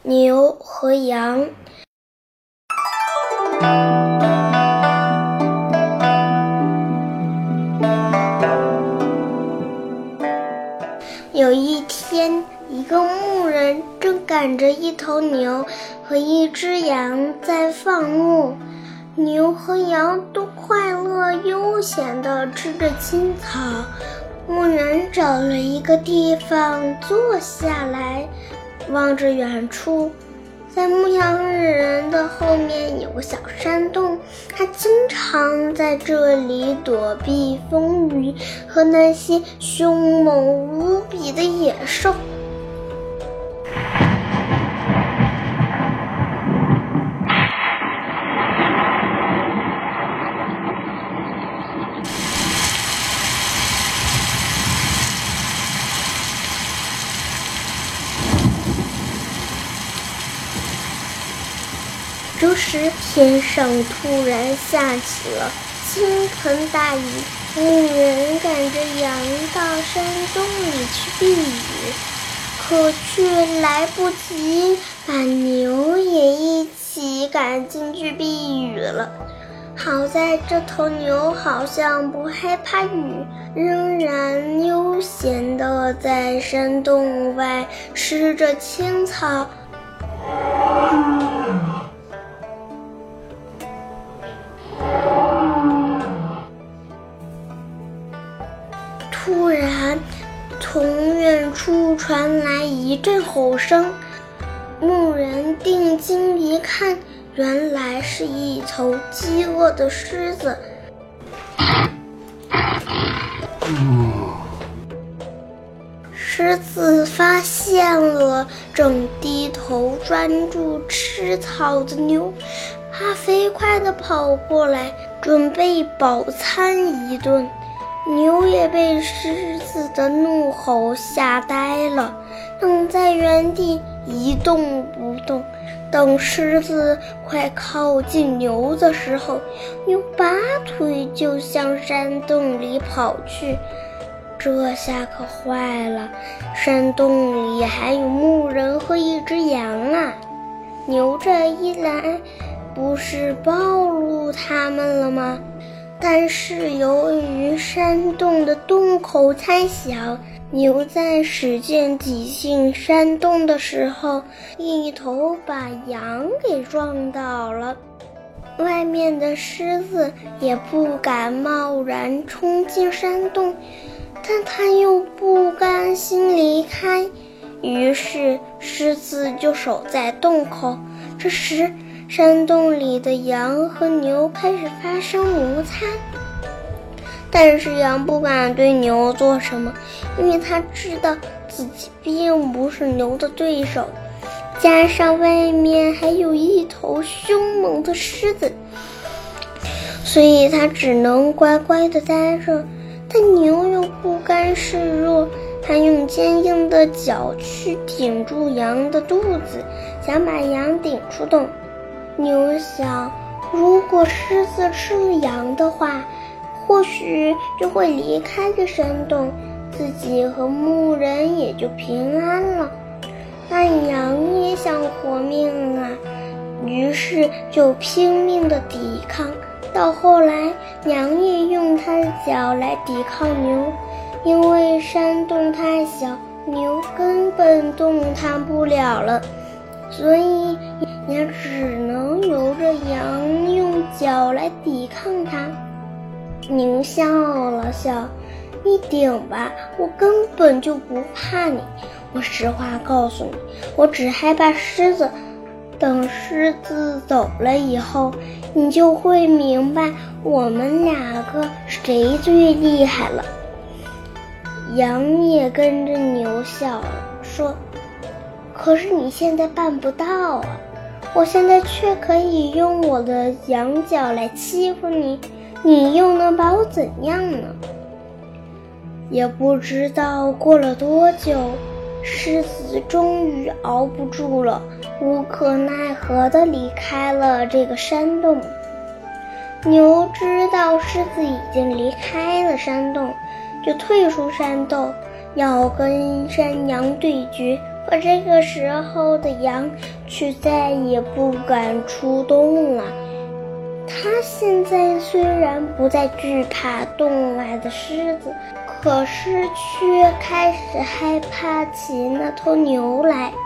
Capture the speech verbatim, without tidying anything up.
牛和羊。有一天，一个牧人正赶着一头牛和一只羊在放牧，牛和羊都快乐悠闲地吃着青草。牧人找了一个地方坐下来，望着远处，在牧羊人的后面有个小山洞，他经常在这里躲避风雨和那些凶猛无比的野兽。这时天上突然下起了倾盆大雨，牧人赶着羊到山洞里去避雨，可却来不及把牛也一起赶进去避雨了。好在这头牛好像不害怕雨，仍然悠闲地在山洞外吃着青草。突然，从远处传来一阵吼声，牧人定睛一看，原来是一头饥饿的狮子。狮子发现了正低头专注吃草的牛，它飞快地跑过来，准备饱餐一顿。牛也被狮子的怒吼吓呆了，愣在原地一动不动。等狮子快靠近牛的时候，牛拔腿就向山洞里跑去。这下可坏了，山洞里还有牧人和一只羊啊！牛这一来，不是暴露他们了吗？但是由于山洞的洞口太小，牛在使劲挤进山洞的时候，一头把羊给撞倒了。外面的狮子也不敢贸然冲进山洞，但他又不甘心离开，于是狮子就守在洞口。这时山洞里的羊和牛开始发生摩擦，但是羊不敢对牛做什么，因为他知道自己并不是牛的对手，加上外面还有一头凶猛的狮子，所以他只能乖乖地待着。但牛又不甘示弱，他用坚硬的脚去顶住羊的肚子，想把羊顶出洞。牛想，如果狮子吃了羊的话，或许就会离开这山洞，自己和牧人也就平安了。但羊也想活命啊，于是就拼命地抵抗。到后来，羊也用它的脚来抵抗牛，因为山洞太小，牛根本动弹不了了，所以也只能由着羊用脚来抵抗它。牛笑了笑，你顶吧，我根本就不怕你。我实话告诉你，我只害怕狮子。等狮子走了以后，你就会明白我们两个谁最厉害了。羊也跟着牛笑了，说，可是你现在办不到啊，我现在却可以用我的羊角来欺负你，你又能把我怎样呢？也不知道过了多久，狮子终于熬不住了，无可奈何地离开了这个山洞。牛知道狮子已经离开了山洞，就退出山洞，要跟山羊对决。 可这个时候的羊却再也不敢出动了。它现在虽然不再惧怕洞外的狮子，可是却开始害怕起那头牛来。